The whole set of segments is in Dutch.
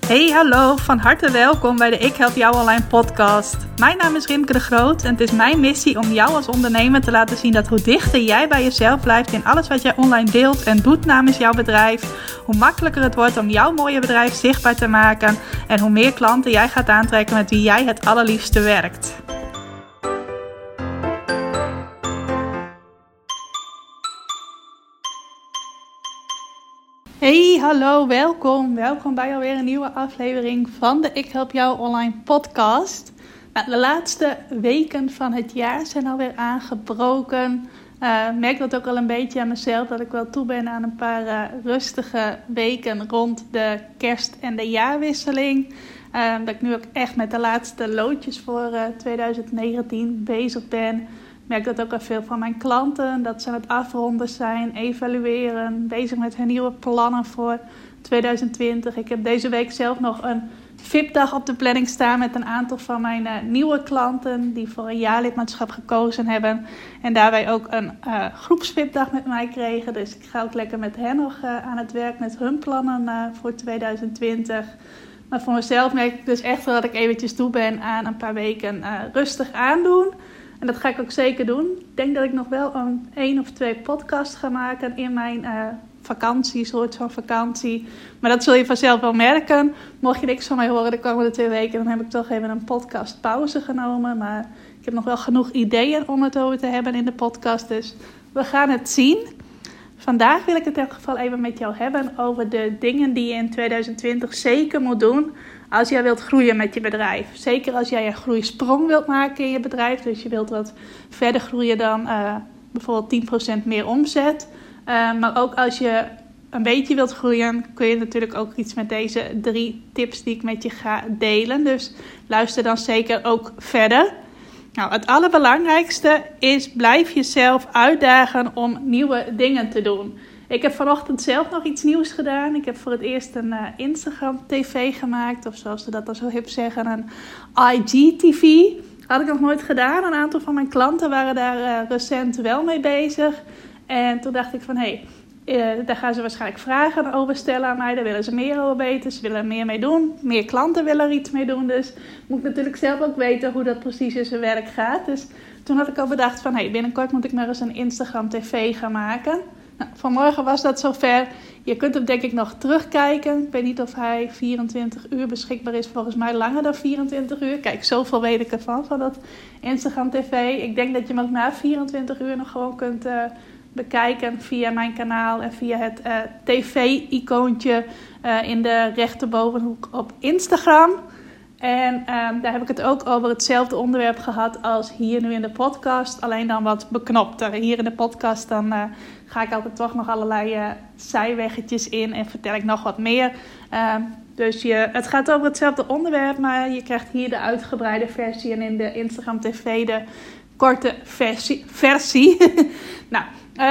Hey, hallo, van harte welkom bij de Ik Help Jou Online podcast. Mijn naam is Rimke de Groot en het is mijn missie om jou als ondernemer te laten zien dat hoe dichter jij bij jezelf blijft in alles wat jij online deelt en doet namens jouw bedrijf, hoe makkelijker het wordt om jouw mooie bedrijf zichtbaar te maken en hoe meer klanten jij gaat aantrekken met wie jij het allerliefste werkt. Hey, hallo, welkom. Welkom bij alweer een nieuwe aflevering van de Ik Help Jou Online podcast. De laatste weken van het jaar zijn alweer aangebroken. Ik merk dat ook al een beetje aan mezelf, dat ik wel toe ben aan een paar rustige weken rond de kerst- en de jaarwisseling. Dat ik nu ook echt met de laatste loodjes voor 2019 bezig ben. Ik merk dat ook al veel van mijn klanten, dat ze aan het afronden zijn, evalueren, bezig met hun nieuwe plannen voor 2020. Ik heb deze week zelf nog een VIP-dag op de planning staan met een aantal van mijn nieuwe klanten die voor een jaarlidmaatschap gekozen hebben. En daarbij ook een groeps-VIP-dag met mij kregen. Dus ik ga ook lekker met hen nog aan het werk met hun plannen voor 2020. Maar voor mezelf merk ik dus echt wel dat ik eventjes toe ben aan een paar weken rustig aandoen. En dat ga ik ook zeker doen. Ik denk dat ik nog wel 1 of 2 podcasts ga maken in mijn vakantie, soort van vakantie. Maar dat zul je vanzelf wel merken. Mocht je niks van mij horen de komende 2 weken, dan heb ik toch even een podcastpauze genomen. Maar ik heb nog wel genoeg ideeën om het over te hebben in de podcast. Dus we gaan het zien. Vandaag wil ik het in elk geval even met jou hebben over de dingen die je in 2020 zeker moet doen als jij wilt groeien met je bedrijf. Zeker als jij een groeisprong wilt maken in je bedrijf. Dus je wilt wat verder groeien dan bijvoorbeeld 10% meer omzet. Maar ook als je een beetje wilt groeien, kun je natuurlijk ook iets met deze 3 tips die ik met je ga delen. Dus luister dan zeker ook verder. Nou, het allerbelangrijkste is, blijf jezelf uitdagen om nieuwe dingen te doen. Ik heb vanochtend zelf nog iets nieuws gedaan. Ik heb voor het eerst een Instagram TV gemaakt. Of zoals ze dat dan zo hip zeggen, een IGTV. Had ik nog nooit gedaan. Een aantal van mijn klanten waren daar recent wel mee bezig. En toen dacht ik van, daar gaan ze waarschijnlijk vragen over stellen aan mij. Daar willen ze meer over weten. Ze willen er meer mee doen. Meer klanten willen er iets mee doen. Dus moet ik natuurlijk zelf ook weten hoe dat precies in zijn werk gaat. Dus toen had ik al bedacht van, binnenkort moet ik maar eens een Instagram TV gaan maken. Nou, vanmorgen was dat zover. Je kunt hem denk ik nog terugkijken. Ik weet niet of hij 24 uur beschikbaar is. Volgens mij langer dan 24 uur. Kijk, zoveel weet ik ervan, van dat Instagram TV. Ik denk dat je hem ook na 24 uur nog gewoon kunt bekijken via mijn kanaal. En via het TV-icoontje in de rechterbovenhoek op Instagram. En daar heb ik het ook over hetzelfde onderwerp gehad als hier nu in de podcast. Alleen dan wat beknopter. Hier in de podcast dan ga ik altijd toch nog allerlei zijweggetjes in en vertel ik nog wat meer. Dus het gaat over hetzelfde onderwerp, maar je krijgt hier de uitgebreide versie en in de Instagram TV de korte versie. Nou,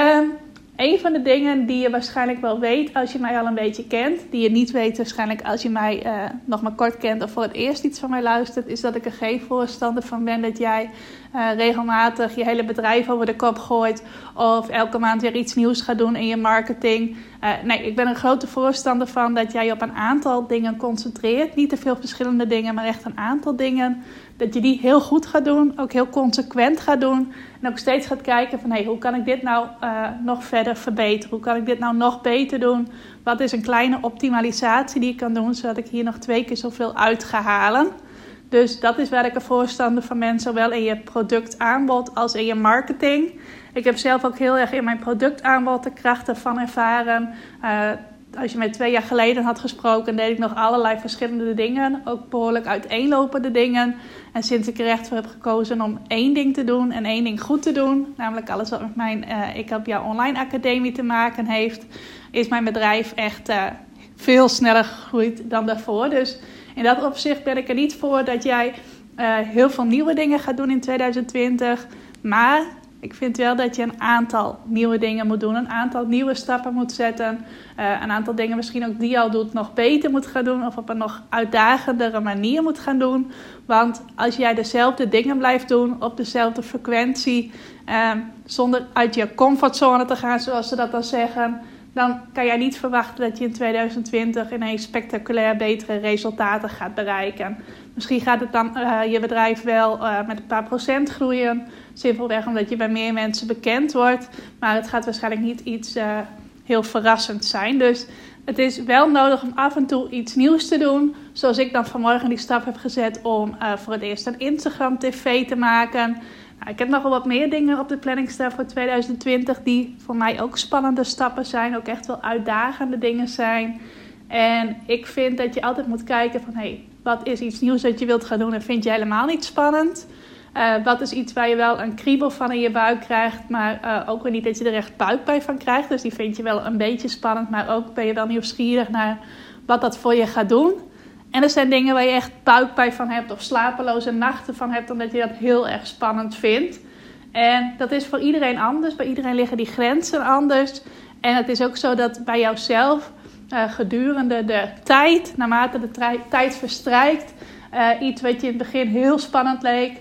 een van de dingen die je waarschijnlijk wel weet als je mij al een beetje kent, die je niet weet waarschijnlijk als je mij nog maar kort kent of voor het eerst iets van mij luistert, is dat ik er geen voorstander van ben dat jij regelmatig je hele bedrijf over de kop gooit of elke maand weer iets nieuws gaat doen in je marketing. Nee, ik ben een grote voorstander van dat jij je op een aantal dingen concentreert. Niet te veel verschillende dingen, maar echt een aantal dingen. Dat je die heel goed gaat doen, ook heel consequent gaat doen. En ook steeds gaat kijken van, hoe kan ik dit nou nog verder verbeteren? Hoe kan ik dit nou nog beter doen? Wat is een kleine optimalisatie die ik kan doen, zodat ik hier nog 2 keer zoveel uit ga halen? Dus dat is waar ik een voorstander van ben, zowel in je productaanbod als in je marketing. Ik heb zelf ook heel erg in mijn productaanbod de krachten van ervaren. Als je mij 2 jaar geleden had gesproken, deed ik nog allerlei verschillende dingen. Ook behoorlijk uiteenlopende dingen. En sinds ik er echt voor heb gekozen om 1 ding te doen en 1 ding goed te doen, namelijk alles wat met mijn Ik Help Jou Online Academie te maken heeft, is mijn bedrijf echt veel sneller gegroeid dan daarvoor. Dus in dat opzicht ben ik er niet voor dat jij heel veel nieuwe dingen gaat doen in 2020. Maar ik vind wel dat je een aantal nieuwe dingen moet doen. Een aantal nieuwe stappen moet zetten. Een aantal dingen misschien ook die je al doet nog beter moet gaan doen. Of op een nog uitdagendere manier moet gaan doen. Want als jij dezelfde dingen blijft doen op dezelfde frequentie. Zonder uit je comfortzone te gaan, zoals ze dat dan zeggen. dan kan jij niet verwachten dat je in 2020 ineens spectaculair betere resultaten gaat bereiken. Misschien gaat het dan je bedrijf wel met een paar procent groeien. Simpelweg omdat je bij meer mensen bekend wordt. Maar het gaat waarschijnlijk niet iets heel verrassends zijn. Dus het is wel nodig om af en toe iets nieuws te doen. Zoals ik dan vanmorgen die stap heb gezet om voor het eerst een Instagram TV te maken. Nou, ik heb nogal wat meer dingen op de planning staan voor 2020 die voor mij ook spannende stappen zijn. Ook echt wel uitdagende dingen zijn. En ik vind dat je altijd moet kijken van wat is iets nieuws dat je wilt gaan doen en vind je helemaal niet spannend. Wat is iets waar je wel een kriebel van in je buik krijgt, maar ook weer niet dat je er echt buikpijn van krijgt. Dus die vind je wel een beetje spannend, maar ook ben je wel nieuwsgierig naar wat dat voor je gaat doen. En er zijn dingen waar je echt buikpijn van hebt of slapeloze nachten van hebt, omdat je dat heel erg spannend vindt. En dat is voor iedereen anders. Bij iedereen liggen die grenzen anders. En het is ook zo dat bij jouzelf gedurende de tijd, naarmate de tijd verstrijkt, iets wat je in het begin heel spannend leek,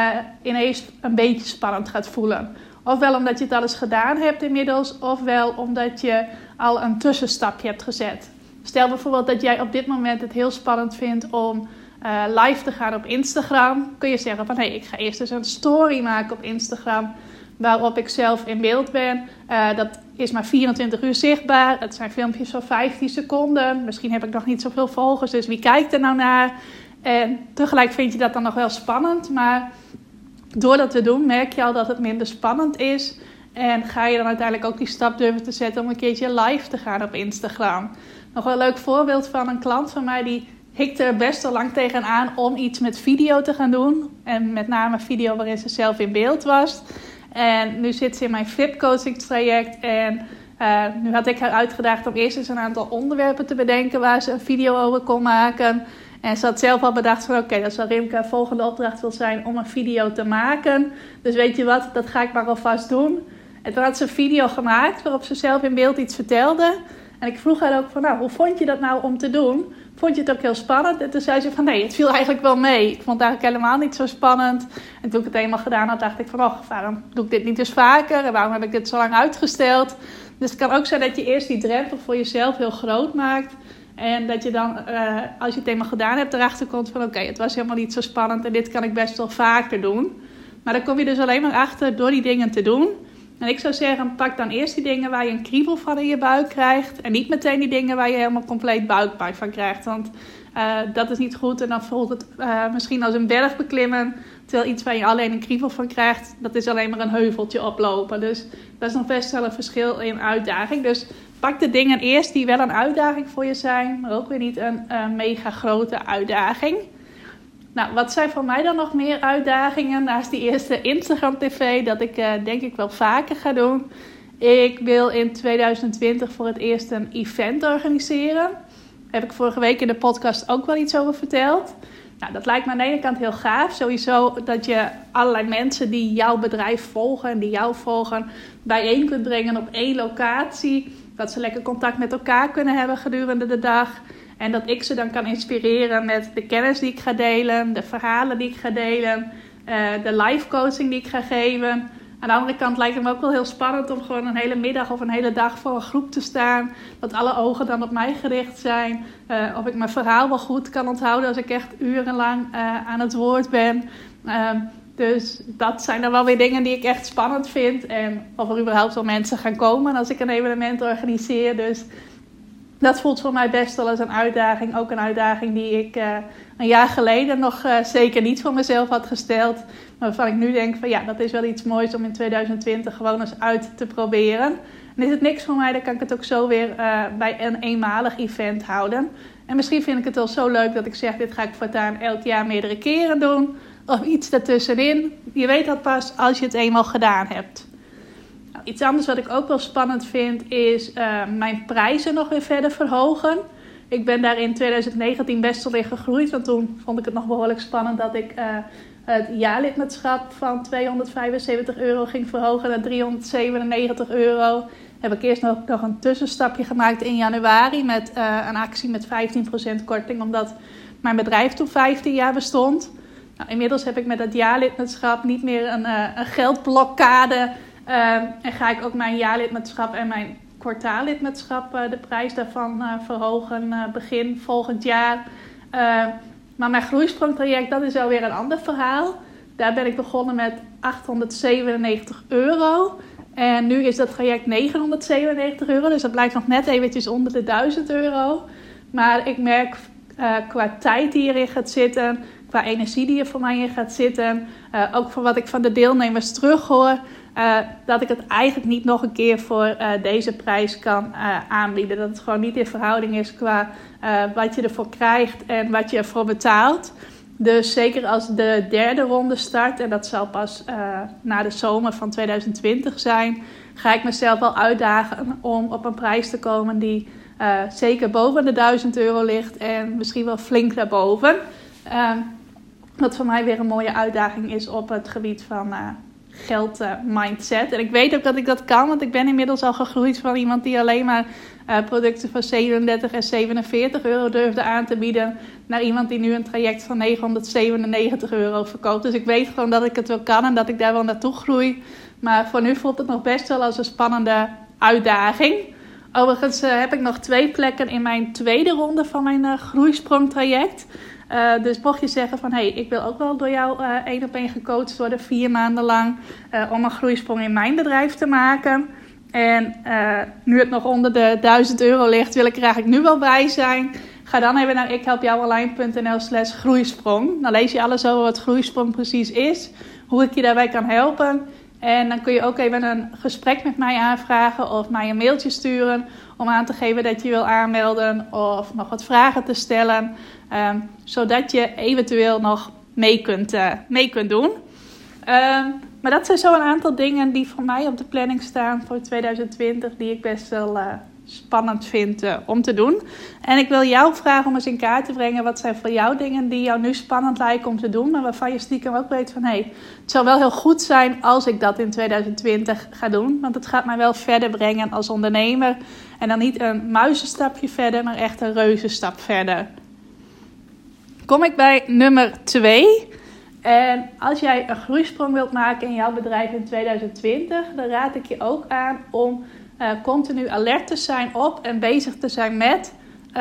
ineens een beetje spannend gaat voelen. Ofwel omdat je het al eens gedaan hebt inmiddels, ofwel omdat je al een tussenstapje hebt gezet. Stel bijvoorbeeld dat jij op dit moment het heel spannend vindt om live te gaan op Instagram. Kun je zeggen van ik ga eerst eens een story maken op Instagram waarop ik zelf in beeld ben. Dat is maar 24 uur zichtbaar. Het zijn filmpjes van 15 seconden. Misschien heb ik nog niet zoveel volgers, dus wie kijkt er nou naar? En tegelijk vind je dat dan nog wel spannend. Maar door dat te doen merk je al dat het minder spannend is. En ga je dan uiteindelijk ook die stap durven te zetten om een keertje live te gaan op Instagram. Nog wel een leuk voorbeeld van een klant van mij die hikte er best wel lang tegenaan om iets met video te gaan doen. En met name video waarin ze zelf in beeld was. En nu zit ze in mijn VIP-coaching traject. En nu had ik haar uitgedaagd om eerst eens een aantal onderwerpen te bedenken waar ze een video over kon maken. En ze had zelf al bedacht van oké, dat zal Rimke haar volgende opdracht wil zijn om een video te maken. Dus weet je wat, dat ga ik maar alvast doen. En toen had ze een video gemaakt waarop ze zelf in beeld iets vertelde. En ik vroeg haar ook van hoe vond je dat nou om te doen? Vond je het ook heel spannend? En toen zei ze van het viel eigenlijk wel mee. Ik vond het eigenlijk helemaal niet zo spannend. En toen ik het eenmaal gedaan had, dacht ik van waarom doe ik dit niet eens vaker? En waarom heb ik dit zo lang uitgesteld? Dus het kan ook zijn dat je eerst die drempel voor jezelf heel groot maakt. En dat je dan, als je het eenmaal gedaan hebt, erachter komt van het was helemaal niet zo spannend. En dit kan ik best wel vaker doen. Maar dan kom je dus alleen maar achter door die dingen te doen. En ik zou zeggen, pak dan eerst die dingen waar je een kriebel van in je buik krijgt. En niet meteen die dingen waar je helemaal compleet buikpijn van krijgt. Want dat is niet goed. En dan voelt het misschien als een berg beklimmen. Terwijl iets waar je alleen een kriebel van krijgt, dat is alleen maar een heuveltje oplopen. Dus dat is nog best wel een verschil in uitdaging. Dus pak de dingen eerst die wel een uitdaging voor je zijn. Maar ook weer niet een mega grote uitdaging. Nou, wat zijn voor mij dan nog meer uitdagingen naast die eerste Instagram TV, dat ik denk ik wel vaker ga doen. Ik wil in 2020 voor het eerst een event organiseren. Daar heb ik vorige week in de podcast ook wel iets over verteld. Nou, dat lijkt me aan de ene kant heel gaaf. Sowieso dat je allerlei mensen die jouw bedrijf volgen en die jou volgen bijeen kunt brengen op één locatie. Dat ze lekker contact met elkaar kunnen hebben gedurende de dag. En dat ik ze dan kan inspireren met de kennis die ik ga delen, de verhalen die ik ga delen, de live coaching die ik ga geven. Aan de andere kant lijkt het me ook wel heel spannend om gewoon een hele middag of een hele dag voor een groep te staan. Dat alle ogen dan op mij gericht zijn. Of ik mijn verhaal wel goed kan onthouden als ik echt urenlang aan het woord ben. Dus dat zijn dan wel weer dingen die ik echt spannend vind. En of er überhaupt wel mensen gaan komen als ik een evenement organiseer. Dus dat voelt voor mij best wel als een uitdaging. Ook een uitdaging die ik een jaar geleden nog zeker niet voor mezelf had gesteld. Maar waarvan ik nu denk van dat is wel iets moois om in 2020 gewoon eens uit te proberen. En is het niks voor mij, dan kan ik het ook zo weer bij een eenmalig event houden. En misschien vind ik het wel zo leuk dat ik zeg, dit ga ik voortaan elk jaar meerdere keren doen. Of iets daartussenin. Je weet dat pas als je het eenmaal gedaan hebt. Iets anders wat ik ook wel spannend vind is mijn prijzen nog weer verder verhogen. Ik ben daar in 2019 best wel in gegroeid. Want toen vond ik het nog behoorlijk spannend dat ik het jaarlidmaatschap van €275 ging verhogen naar €397. Heb ik eerst nog een tussenstapje gemaakt in januari met een actie met 15% korting. Omdat mijn bedrijf toen 15 jaar bestond. Nou, inmiddels heb ik met dat jaarlidmaatschap niet meer een geldblokkade. En ga ik ook mijn jaarlidmaatschap en mijn kwartaallidmaatschap, de prijs daarvan verhogen begin volgend jaar. Maar mijn groeisprongtraject, dat is alweer een ander verhaal. Daar ben ik begonnen met €897. En nu is dat traject €997. Dus dat blijft nog net eventjes onder de €1000. Maar ik merk qua tijd die erin gaat zitten, qua energie die er voor mij in gaat zitten, ook van wat ik van de deelnemers terughoor, dat ik het eigenlijk niet nog een keer voor deze prijs kan aanbieden. Dat het gewoon niet in verhouding is qua wat je ervoor krijgt en wat je ervoor betaalt. Dus zeker als de derde ronde start, en dat zal pas na de zomer van 2020 zijn, ga ik mezelf wel uitdagen om op een prijs te komen die zeker boven de €1000 ligt en misschien wel flink daarboven. Wat voor mij weer een mooie uitdaging is op het gebied van geld mindset. En ik weet ook dat ik dat kan, want ik ben inmiddels al gegroeid van iemand die alleen maar producten van €37 en €47 durfde aan te bieden, naar iemand die nu een traject van €997 verkoopt. Dus ik weet gewoon dat ik het wel kan en dat ik daar wel naartoe groei. Maar voor nu voelt het nog best wel als een spannende uitdaging. Overigens heb ik nog 2 plekken in mijn tweede ronde van mijn groeisprongtraject. Dus mocht je zeggen van, ik wil ook wel door jou 1-op-1 gecoacht worden 4 maanden lang om een groeisprong in mijn bedrijf te maken. En nu het nog onder de €1000 ligt, wil ik er eigenlijk nu wel bij zijn. Ga dan even naar ikhelpjouonline.nl/groeisprong. Dan lees je alles over wat groeisprong precies is, hoe ik je daarbij kan helpen. En dan kun je ook even een gesprek met mij aanvragen of mij een mailtje sturen om aan te geven dat je wil aanmelden of nog wat vragen te stellen. Zodat je eventueel nog mee kunt doen. Maar dat zijn zo een aantal dingen die voor mij op de planning staan voor 2020, die ik best wel spannend vind om te doen. En ik wil jou vragen om eens in kaart te brengen, wat zijn voor jou dingen die jou nu spannend lijken om te doen, maar waarvan je stiekem ook weet van, het zou wel heel goed zijn als ik dat in 2020 ga doen. Want het gaat mij wel verder brengen als ondernemer. En dan niet een muizenstapje verder, maar echt een reuzenstap verder. Kom ik bij nummer 2. En als jij een groeisprong wilt maken in jouw bedrijf in 2020, dan raad ik je ook aan om continu alert te zijn op en bezig te zijn met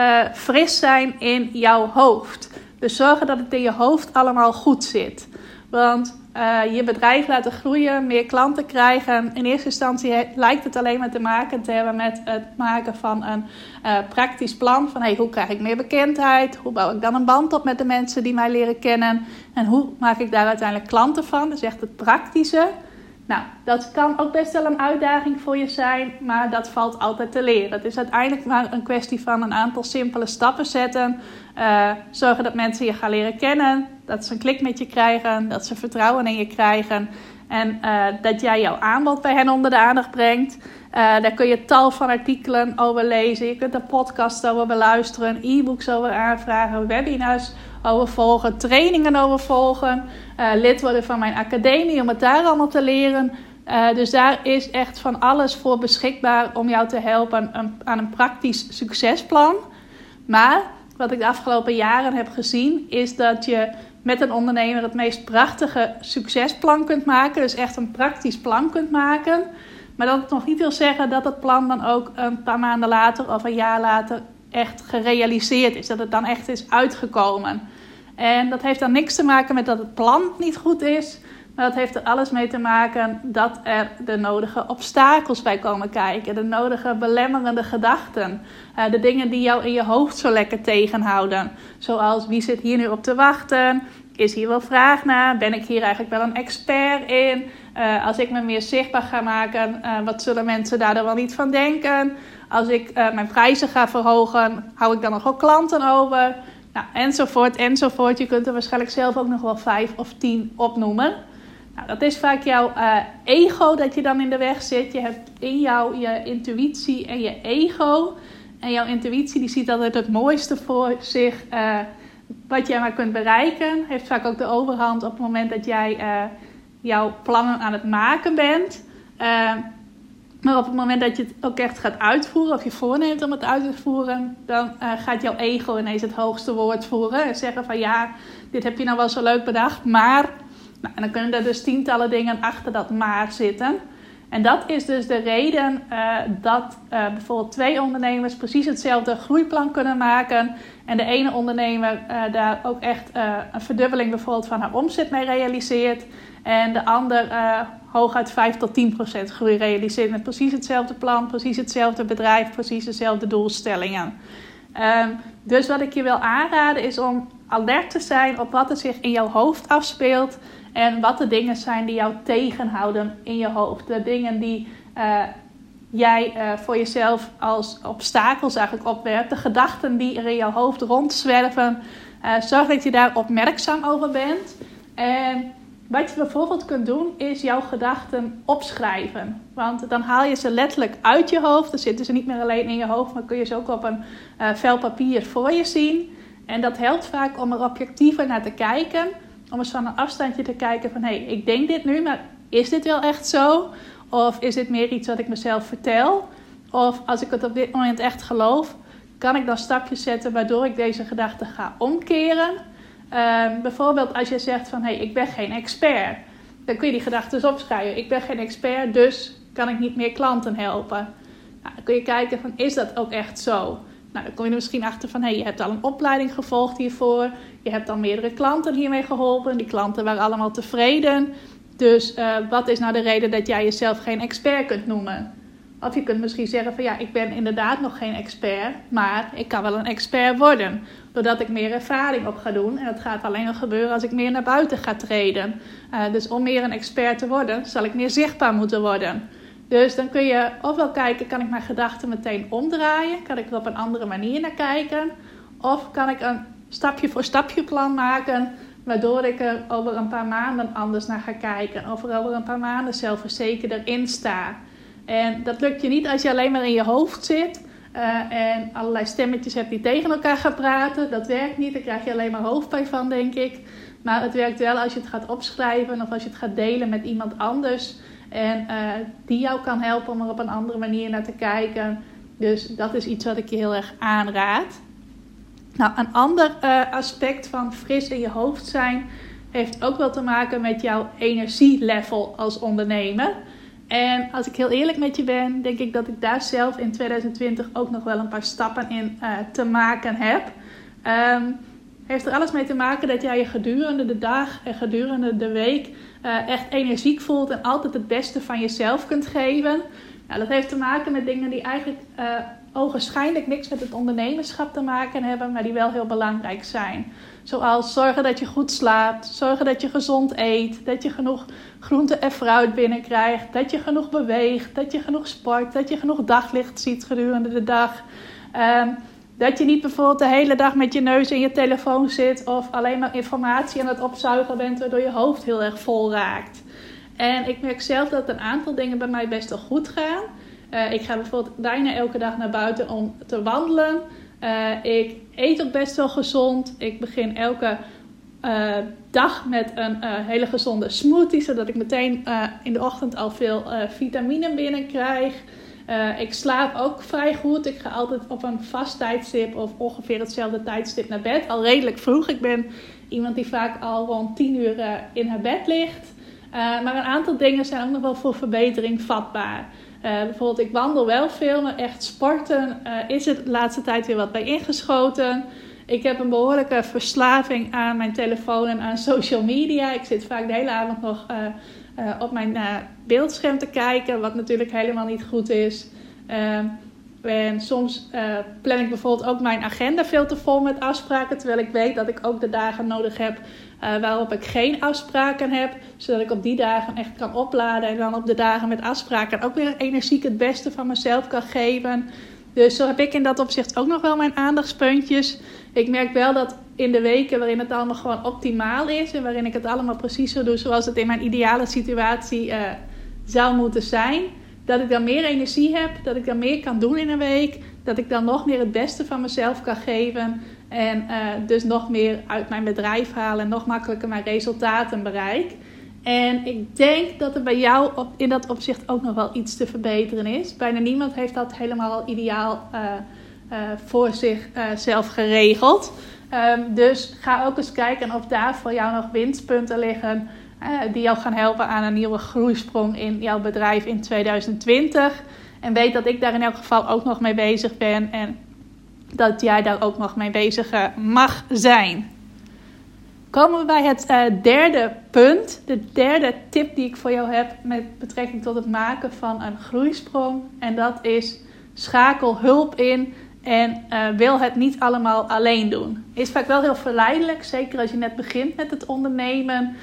fris zijn in jouw hoofd. Dus zorgen dat het in je hoofd allemaal goed zit. Want je bedrijf laten groeien, meer klanten krijgen. In eerste instantie lijkt het alleen maar te maken te hebben met het maken van een praktisch plan. Van hoe krijg ik meer bekendheid? Hoe bouw ik dan een band op met de mensen die mij leren kennen? En hoe maak ik daar uiteindelijk klanten van? Dus echt het praktische. Nou, dat kan ook best wel een uitdaging voor je zijn, maar dat valt altijd te leren. Het is uiteindelijk maar een kwestie van een aantal simpele stappen zetten. Zorgen dat mensen je gaan leren kennen, dat ze een klik met je krijgen, dat ze vertrouwen in je krijgen. En dat jij jouw aanbod bij hen onder de aandacht brengt. Daar kun je tal van artikelen over lezen. Je kunt er podcasts over beluisteren, e-books over aanvragen, webinars over volgen, trainingen over volgen. Lid worden van mijn academie om het daar allemaal te leren. Dus daar is echt van alles voor beschikbaar om jou te helpen aan een praktisch succesplan. Maar wat ik de afgelopen jaren heb gezien is dat je met een ondernemer het meest prachtige succesplan kunt maken. Dus echt een praktisch plan kunt maken. Maar dat het nog niet wil zeggen dat het plan dan ook een paar maanden later of een jaar later echt gerealiseerd is. Dat het dan echt is uitgekomen. En dat heeft dan niks te maken met dat het plan niet goed is. Maar dat heeft er alles mee te maken dat er de nodige obstakels bij komen kijken. De nodige belemmerende gedachten. De dingen die jou in je hoofd zo lekker tegenhouden. Zoals, wie zit hier nu op te wachten? Is hier wel vraag naar? Ben ik hier eigenlijk wel een expert in? Als ik me meer zichtbaar ga maken, wat zullen mensen daar dan wel niet van denken? Als ik mijn prijzen ga verhogen, hou ik dan nog wel klanten over? Nou, enzovoort, enzovoort. Je kunt er waarschijnlijk zelf ook nog wel 5 of 10 opnoemen. Nou, dat is vaak jouw ego dat je dan in de weg zit. Je hebt in jou je intuïtie en je ego. En jouw intuïtie die ziet altijd het mooiste voor zich wat jij maar kunt bereiken. Heeft vaak ook de overhand op het moment dat jij jouw plannen aan het maken bent. Maar op het moment dat je het ook echt gaat uitvoeren, of je voorneemt om het uit te voeren, dan gaat jouw ego ineens het hoogste woord voeren. En zeggen van ja, dit heb je nou wel zo leuk bedacht, maar... Nou, en dan kunnen er dus tientallen dingen achter dat maar zitten. En dat is dus de reden dat bijvoorbeeld 2 ondernemers precies hetzelfde groeiplan kunnen maken. En de ene ondernemer daar ook echt een verdubbeling bijvoorbeeld van haar omzet mee realiseert. En de ander hooguit 5 tot 10% groei realiseert met precies hetzelfde plan, precies hetzelfde bedrijf, precies dezelfde doelstellingen. Dus wat ik je wil aanraden is om alert te zijn op wat er zich in jouw hoofd afspeelt. En wat de dingen zijn die jou tegenhouden in je hoofd. De dingen die jij voor jezelf als obstakels eigenlijk opwerpt. De gedachten die er in jouw hoofd rondzwerven. Zorg dat je daar opmerkzaam over bent. En wat je bijvoorbeeld kunt doen is jouw gedachten opschrijven. Want dan haal je ze letterlijk uit je hoofd. Dan zitten ze niet meer alleen in je hoofd, maar kun je ze ook op een vel papier voor je zien. En dat helpt vaak om er objectiever naar te kijken. Om eens van een afstandje te kijken van hé, ik denk dit nu, maar is dit wel echt zo? Of is dit meer iets wat ik mezelf vertel? Of als ik het op dit moment echt geloof, kan ik dan stapjes zetten waardoor ik deze gedachte ga omkeren? Bijvoorbeeld als je zegt van hé, ik ben geen expert. Dan kun je die gedachte dus opschrijven. Ik ben geen expert, dus kan ik niet meer klanten helpen. Nou, dan kun je kijken van is dat ook echt zo? Nou, dan kom je er misschien achter van je hebt al een opleiding gevolgd hiervoor. Je hebt al meerdere klanten hiermee geholpen. Die klanten waren allemaal tevreden. Dus wat is nou de reden dat jij jezelf geen expert kunt noemen? Of je kunt misschien zeggen van ik ben inderdaad nog geen expert. Maar ik kan wel een expert worden. Doordat ik meer ervaring op ga doen. En dat gaat alleen nog gebeuren als ik meer naar buiten ga treden. Dus om meer een expert te worden, zal ik meer zichtbaar moeten worden. Dus dan kun je ofwel kijken, kan ik mijn gedachten meteen omdraaien? Kan ik er op een andere manier naar kijken? Of kan ik een stapje voor stapje plan maken, waardoor ik er over een paar maanden anders naar ga kijken. Of er over een paar maanden zelfverzekerder in sta. En dat lukt je niet als je alleen maar in je hoofd zit. En allerlei stemmetjes hebt die tegen elkaar gaan praten. Dat werkt niet, daar krijg je alleen maar hoofdpijn van, denk ik. Maar het werkt wel als je het gaat opschrijven of als je het gaat delen met iemand anders. En die jou kan helpen om er op een andere manier naar te kijken. Dus dat is iets wat ik je heel erg aanraad. Nou, een ander aspect van fris in je hoofd zijn heeft ook wel te maken met jouw energielevel als ondernemer. En als ik heel eerlijk met je ben, denk ik dat ik daar zelf in 2020 ook nog wel een paar stappen in te maken heb. Heeft er alles mee te maken dat jij je gedurende de dag en gedurende de week echt energiek voelt en altijd het beste van jezelf kunt geven. Nou, dat heeft te maken met dingen die eigenlijk ogenschijnlijk niks met het ondernemerschap te maken hebben, maar die wel heel belangrijk zijn. Zoals zorgen dat je goed slaapt, zorgen dat je gezond eet, dat je genoeg groente en fruit binnenkrijgt, dat je genoeg beweegt, dat je genoeg sport, dat je genoeg daglicht ziet gedurende de dag. Dat je niet bijvoorbeeld de hele dag met je neus in je telefoon zit of alleen maar informatie aan het opzuigen bent, waardoor je hoofd heel erg vol raakt. En ik merk zelf dat een aantal dingen bij mij best wel goed gaan. Ik ga bijvoorbeeld bijna elke dag naar buiten om te wandelen. Ik eet ook best wel gezond. Ik begin elke dag met een hele gezonde smoothie, zodat ik meteen in de ochtend al veel vitamine binnenkrijg. Ik slaap ook vrij goed. Ik ga altijd op een vast tijdstip of ongeveer hetzelfde tijdstip naar bed. Al redelijk vroeg. Ik ben iemand die vaak al rond 10 uur in haar bed ligt. Maar een aantal dingen zijn ook nog wel voor verbetering vatbaar. Bijvoorbeeld ik wandel wel veel, maar echt sporten is er de laatste tijd weer wat bij ingeschoten. Ik heb een behoorlijke verslaving aan mijn telefoon en aan social media. Ik zit vaak de hele avond nog op mijn beeldscherm te kijken, wat natuurlijk helemaal niet goed is. En soms plan ik bijvoorbeeld ook mijn agenda veel te vol met afspraken, terwijl ik weet dat ik ook de dagen nodig heb waarop ik geen afspraken heb, zodat ik op die dagen echt kan opladen en dan op de dagen met afspraken ook weer energiek het beste van mezelf kan geven. Dus zo heb ik in dat opzicht ook nog wel mijn aandachtspuntjes. Ik merk wel dat in de weken waarin het allemaal gewoon optimaal is en waarin ik het allemaal precies zo doe zoals het in mijn ideale situatie zou moeten zijn, dat ik dan meer energie heb, dat ik dan meer kan doen in een week, dat ik dan nog meer het beste van mezelf kan geven en dus nog meer uit mijn bedrijf halen en nog makkelijker mijn resultaten bereik. En ik denk dat er bij jou in dat opzicht ook nog wel iets te verbeteren is. Bijna niemand heeft dat helemaal al ideaal voor zichzelf geregeld. Dus ga ook eens kijken of daar voor jou nog winstpunten liggen Die jou gaan helpen aan een nieuwe groeisprong in jouw bedrijf in 2020. En weet dat ik daar in elk geval ook nog mee bezig ben. En dat jij daar ook nog mee bezig mag zijn. Komen we bij het derde punt. De derde tip die ik voor jou heb met betrekking tot het maken van een groeisprong. En dat is schakel hulp in en wil het niet allemaal alleen doen. Is vaak wel heel verleidelijk, zeker als je net begint met het ondernemen.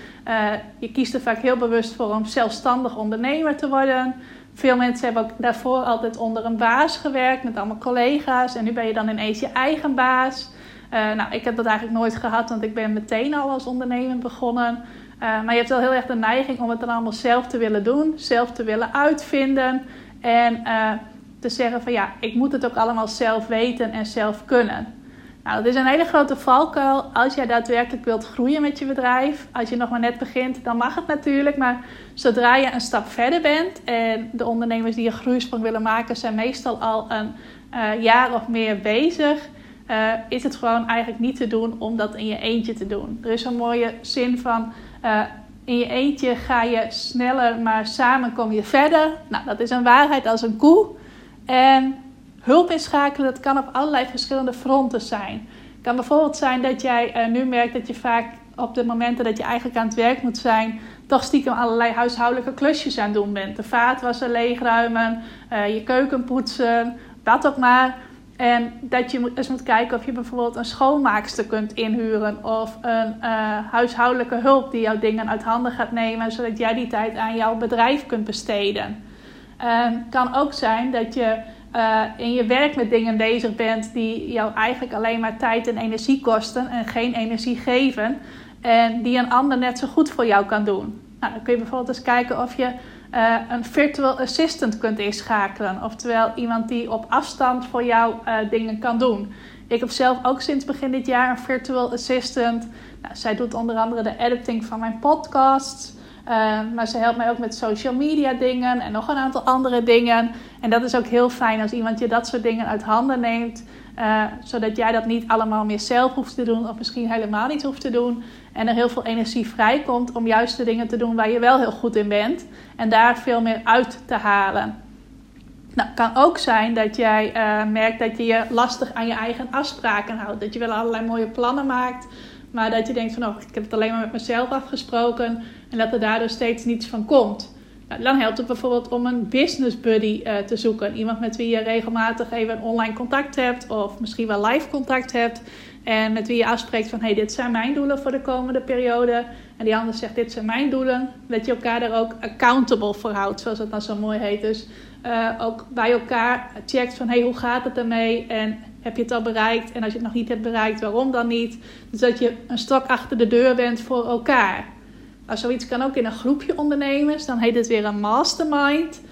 Je kiest er vaak heel bewust voor om zelfstandig ondernemer te worden. Veel mensen hebben ook daarvoor altijd onder een baas gewerkt met allemaal collega's. En nu ben je dan ineens je eigen baas. Ik heb dat eigenlijk nooit gehad, want ik ben meteen al als ondernemer begonnen. Maar je hebt wel heel erg de neiging om het dan allemaal zelf te willen doen. Zelf te willen uitvinden. En te zeggen van ik moet het ook allemaal zelf weten en zelf kunnen. Nou, dat is een hele grote valkuil als jij daadwerkelijk wilt groeien met je bedrijf. Als je nog maar net begint, dan mag het natuurlijk. Maar zodra je een stap verder bent en de ondernemers die een groeisprong willen maken zijn meestal al een jaar of meer bezig. Is het gewoon eigenlijk niet te doen om dat in je eentje te doen. Er is een mooie zin van in je eentje ga je sneller, maar samen kom je verder. Nou, dat is een waarheid als een koe. En hulp inschakelen, dat kan op allerlei verschillende fronten zijn. Het kan bijvoorbeeld zijn dat jij nu merkt dat je vaak op de momenten dat je eigenlijk aan het werk moet zijn, toch stiekem allerlei huishoudelijke klusjes aan het doen bent. De vaatwasser leegruimen, je keuken poetsen, wat ook maar. En dat je eens moet kijken of je bijvoorbeeld een schoonmaakster kunt inhuren of een huishoudelijke hulp die jouw dingen uit handen gaat nemen, zodat jij die tijd aan jouw bedrijf kunt besteden. Het kan ook zijn dat je in je werk met dingen bezig bent die jou eigenlijk alleen maar tijd en energie kosten en geen energie geven. En die een ander net zo goed voor jou kan doen. Nou, dan kun je bijvoorbeeld eens kijken of je een virtual assistant kunt inschakelen. Oftewel iemand die op afstand voor jou dingen kan doen. Ik heb zelf ook sinds begin dit jaar een virtual assistant. Nou, zij doet onder andere de editing van mijn podcasts. Maar ze helpt mij ook met social media dingen en nog een aantal andere dingen. En dat is ook heel fijn als iemand je dat soort dingen uit handen neemt. Zodat jij dat niet allemaal meer zelf hoeft te doen of misschien helemaal niet hoeft te doen. En er heel veel energie vrijkomt om juist de dingen te doen waar je wel heel goed in bent. En daar veel meer uit te halen. Nou, het kan ook zijn dat jij merkt dat je je lastig aan je eigen afspraken houdt. Dat je wel allerlei mooie plannen maakt. Maar dat je denkt van, ik heb het alleen maar met mezelf afgesproken. En dat er daardoor steeds niets van komt. Nou, dan helpt het bijvoorbeeld om een business buddy te zoeken. Iemand met wie je regelmatig even een online contact hebt. Of misschien wel live contact hebt. En met wie je afspreekt van, dit zijn mijn doelen voor de komende periode. En die ander zegt, dit zijn mijn doelen. Dat je elkaar daar ook accountable voor houdt. Zoals het dan zo mooi heet. Dus ook bij elkaar checkt van, hoe gaat het ermee? En heb je het al bereikt? En als je het nog niet hebt bereikt, waarom dan niet? Dus dat je een stok achter de deur bent voor elkaar. Nou, zoiets kan ook in een groepje ondernemers. Dan heet het weer een mastermind.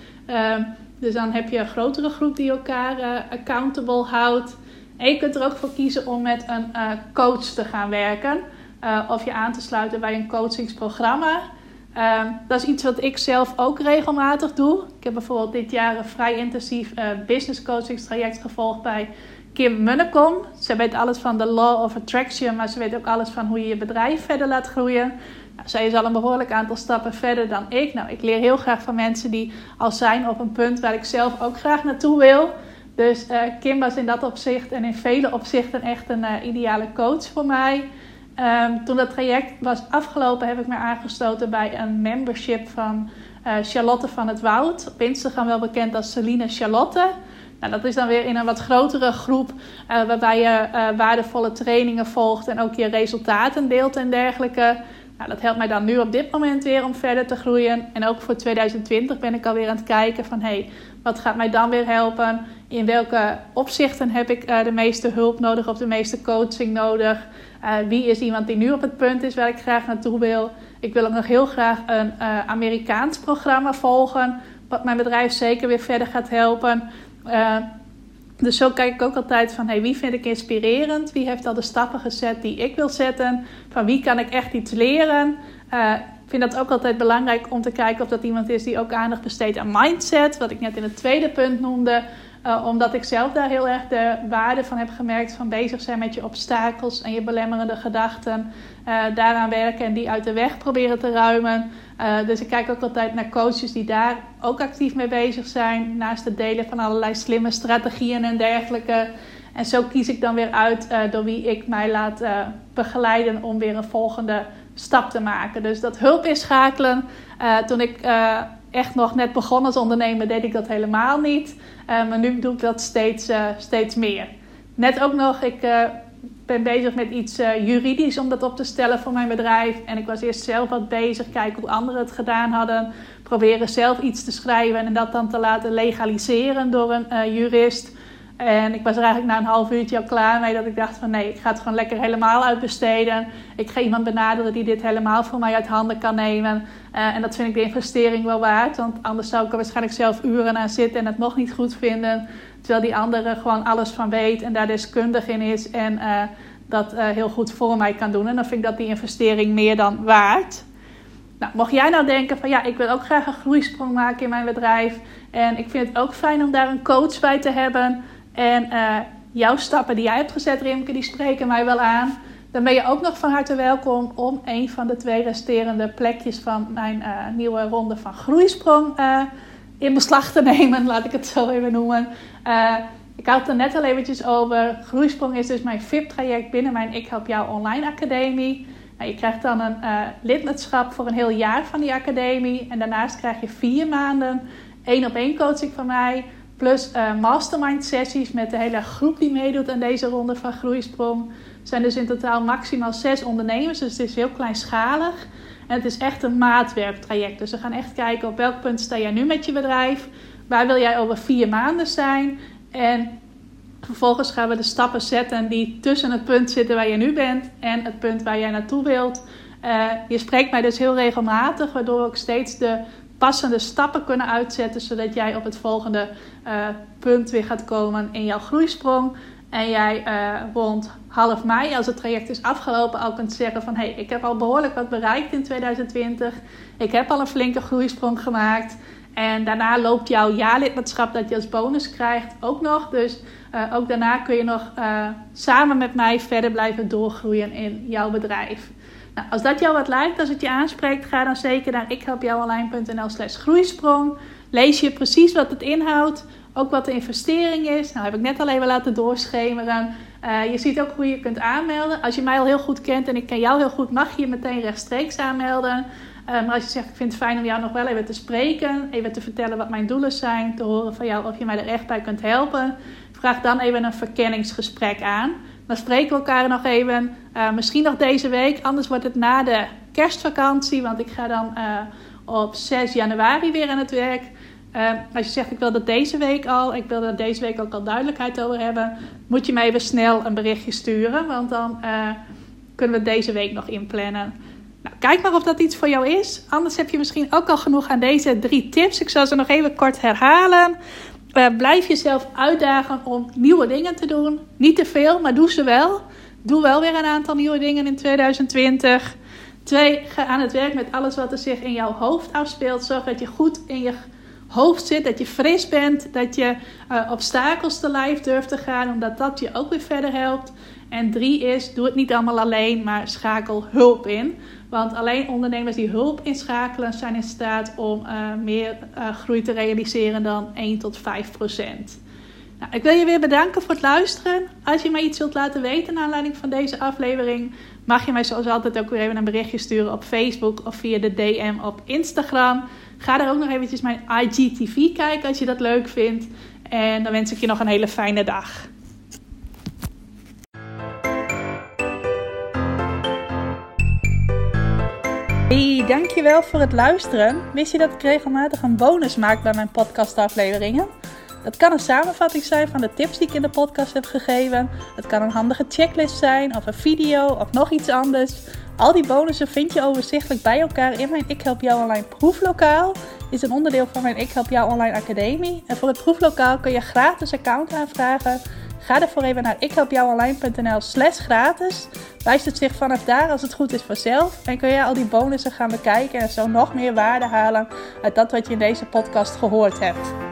Dus dan heb je een grotere groep die elkaar accountable houdt. En je kunt er ook voor kiezen om met een coach te gaan werken. Of je aan te sluiten bij een coachingsprogramma. Dat is iets wat ik zelf ook regelmatig doe. Ik heb bijvoorbeeld dit jaar een vrij intensief business coachingstraject gevolgd bij Kim Munnekom. Ze weet alles van de Law of Attraction, maar ze weet ook alles van hoe je je bedrijf verder laat groeien. Nou, zij is al een behoorlijk aantal stappen verder dan ik. Nou, ik leer heel graag van mensen die al zijn op een punt waar ik zelf ook graag naartoe wil. Dus Kim was in dat opzicht en in vele opzichten echt een ideale coach voor mij. Toen dat traject was afgelopen heb ik me aangesloten bij een membership van Charlotte van het Woud. Op Instagram wel bekend als Celine Charlotte. Nou, dat is dan weer in een wat grotere groep waarbij je waardevolle trainingen volgt en ook je resultaten deelt en dergelijke. Nou, dat helpt mij dan nu op dit moment weer om verder te groeien. En ook voor 2020 ben ik alweer aan het kijken van wat gaat mij dan weer helpen? In welke opzichten heb ik de meeste hulp nodig of de meeste coaching nodig? Wie is iemand die nu op het punt is waar ik graag naartoe wil? Ik wil ook nog heel graag een Amerikaans programma volgen, wat mijn bedrijf zeker weer verder gaat helpen. Dus zo kijk ik ook altijd van wie vind ik inspirerend? Wie heeft al de stappen gezet die ik wil zetten? Van wie kan ik echt iets leren? Ik vind dat ook altijd belangrijk om te kijken of dat iemand is die ook aandacht besteedt aan mindset. Wat ik net in het tweede punt noemde. Omdat ik zelf daar heel erg de waarde van heb gemerkt van bezig zijn met je obstakels en je belemmerende gedachten. Daaraan werken en die uit de weg proberen te ruimen. Dus ik kijk ook altijd naar coaches die daar ook actief mee bezig zijn. Naast het delen van allerlei slimme strategieën en dergelijke. En zo kies ik dan weer uit door wie ik mij laat begeleiden om weer een volgende stap te maken. Dus dat hulp inschakelen. Toen ik echt nog net begon als ondernemer deed ik dat helemaal niet. Maar nu doe ik dat steeds meer. Net ook nog, ik ben bezig met iets juridisch om dat op te stellen voor mijn bedrijf. En ik was eerst zelf wat bezig, kijken hoe anderen het gedaan hadden. Proberen zelf iets te schrijven en dat dan te laten legaliseren door een jurist. En ik was er eigenlijk na een half uurtje al klaar mee dat ik dacht van nee, ik ga het gewoon lekker helemaal uitbesteden. Ik ga iemand benaderen die dit helemaal voor mij uit handen kan nemen. En dat vind ik de investering wel waard. Want anders zou ik er waarschijnlijk zelf uren aan zitten en het nog niet goed vinden. Terwijl die andere gewoon alles van weet en daar deskundig in is. En dat heel goed voor mij kan doen. En dan vind ik dat die investering meer dan waard. Nou, mocht jij nou denken van ja, ik wil ook graag een groeisprong maken in mijn bedrijf. En ik vind het ook fijn om daar een coach bij te hebben. En jouw stappen die jij hebt gezet, Rimke, die spreken mij wel aan. Dan ben je ook nog van harte welkom om een van de 2 resterende plekjes van mijn nieuwe ronde van Groeisprong in beslag te nemen. Laat ik het zo even noemen. Ik had het er net al eventjes over. Groeisprong is dus mijn VIP-traject binnen mijn Ik Help Jou Online Academie. Nou, je krijgt dan een lidmaatschap voor een heel jaar van die academie. En daarnaast krijg je 4 maanden 1-op-1 coaching van mij. Plus mastermind sessies met de hele groep die meedoet aan deze ronde van Groeisprong. Er zijn dus in totaal maximaal 6 ondernemers, dus het is heel kleinschalig. En het is echt een maatwerktraject. Dus we gaan echt kijken op welk punt sta jij nu met je bedrijf. Waar wil jij over 4 maanden zijn? En vervolgens gaan we de stappen zetten die tussen het punt zitten waar je nu bent en het punt waar jij naartoe wilt. Je spreekt mij dus heel regelmatig, waardoor we ook steeds de passende stappen kunnen uitzetten, zodat jij op het volgende punt weer gaat komen in jouw groeisprong. En jij rond half mei, als het traject is afgelopen, al kunt zeggen van hey, ik heb al behoorlijk wat bereikt in 2020. Ik heb al een flinke groeisprong gemaakt. En daarna loopt jouw jaarlidmaatschap dat je als bonus krijgt ook nog. Dus ook daarna kun je nog samen met mij verder blijven doorgroeien in jouw bedrijf. Nou, als dat jou wat lijkt, als het je aanspreekt, ga dan zeker naar ikhelpjouonline.nl/groeisprong. Lees je precies wat het inhoudt, ook wat de investering is. Nou, heb ik net al even laten doorschemeren. Je ziet ook hoe je kunt aanmelden. Als je mij al heel goed kent en ik ken jou heel goed, mag je je meteen rechtstreeks aanmelden. Maar als je zegt, ik vind het fijn om jou nog wel even te spreken, even te vertellen wat mijn doelen zijn, te horen van jou of je mij er echt bij kunt helpen, vraag dan even een verkenningsgesprek aan. Dan spreken we elkaar nog even, misschien nog deze week, anders wordt het na de kerstvakantie, want ik ga dan op 6 januari weer aan het werk. Als je zegt, ik wil dat deze week ook al duidelijkheid over hebben, moet je mij even snel een berichtje sturen, want dan kunnen we deze week nog inplannen. Nou, kijk maar of dat iets voor jou is. Anders heb je misschien ook al genoeg aan deze 3 tips. Ik zal ze nog even kort herhalen. Blijf jezelf uitdagen om nieuwe dingen te doen. Niet te veel, maar doe ze wel. Doe wel weer een aantal nieuwe dingen in 2020. 2, ga aan het werk met alles wat er zich in jouw hoofd afspeelt. Zorg dat je goed in je hoofd zit, dat je fris bent, dat je obstakels te lijf durft te gaan, omdat dat je ook weer verder helpt. En 3 is, doe het niet allemaal alleen, maar schakel hulp in. Want alleen ondernemers die hulp inschakelen zijn in staat om meer groei te realiseren dan 1 tot 5%. Nou, ik wil je weer bedanken voor het luisteren. Als je mij iets wilt laten weten naar aanleiding van deze aflevering, mag je mij zoals altijd ook weer even een berichtje sturen op Facebook of via de DM op Instagram. Ga daar ook nog eventjes mijn IGTV kijken als je dat leuk vindt. En dan wens ik je nog een hele fijne dag. Hey, dankjewel voor het luisteren. Wist je dat ik regelmatig een bonus maak bij mijn podcastafleveringen? Dat kan een samenvatting zijn van de tips die ik in de podcast heb gegeven. Het kan een handige checklist zijn of een video of nog iets anders. Al die bonussen vind je overzichtelijk bij elkaar in mijn Ik Help Jou Online proeflokaal. Is een onderdeel van mijn Ik Help Jou Online Academie. En voor het proeflokaal kun je gratis account aanvragen. Ga daarvoor even naar ikhelpjouonline.nl/gratis. Wijst het zich vanaf daar als het goed is vanzelf. En kun je al die bonussen gaan bekijken en zo nog meer waarde halen uit dat wat je in deze podcast gehoord hebt.